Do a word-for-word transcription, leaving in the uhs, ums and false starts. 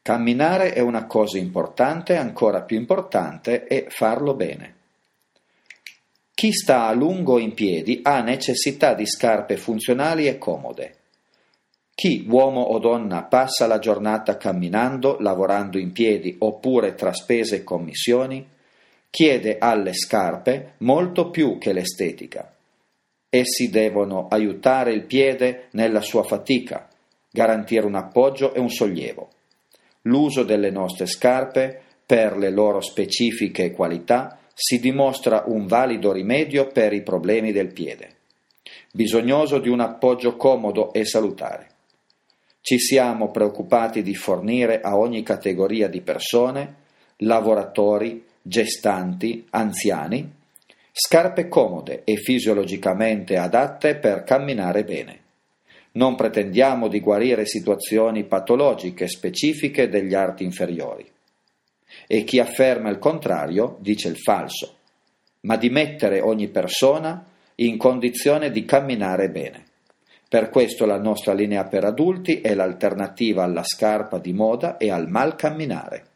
Camminare è una cosa importante, ancora più importante è farlo bene. Chi sta a lungo in piedi ha necessità di scarpe funzionali e comode. Chi, uomo o donna, passa la giornata camminando, lavorando in piedi oppure tra spese e commissioni, chiede alle scarpe molto più che l'estetica. Essi devono aiutare il piede nella sua fatica, garantire un appoggio e un sollievo. L'uso delle nostre scarpe, per le loro specifiche qualità, si dimostra un valido rimedio per i problemi del piede, bisognoso di un appoggio comodo e salutare. Ci siamo preoccupati di fornire a ogni categoria di persone, lavoratori, gestanti, anziani, scarpe comode e fisiologicamente adatte per camminare bene. Non pretendiamo di guarire situazioni patologiche specifiche degli arti inferiori. E chi afferma il contrario dice il falso, ma di mettere ogni persona in condizione di camminare bene. Per questo la nostra linea per adulti è l'alternativa alla scarpa di moda e al mal camminare.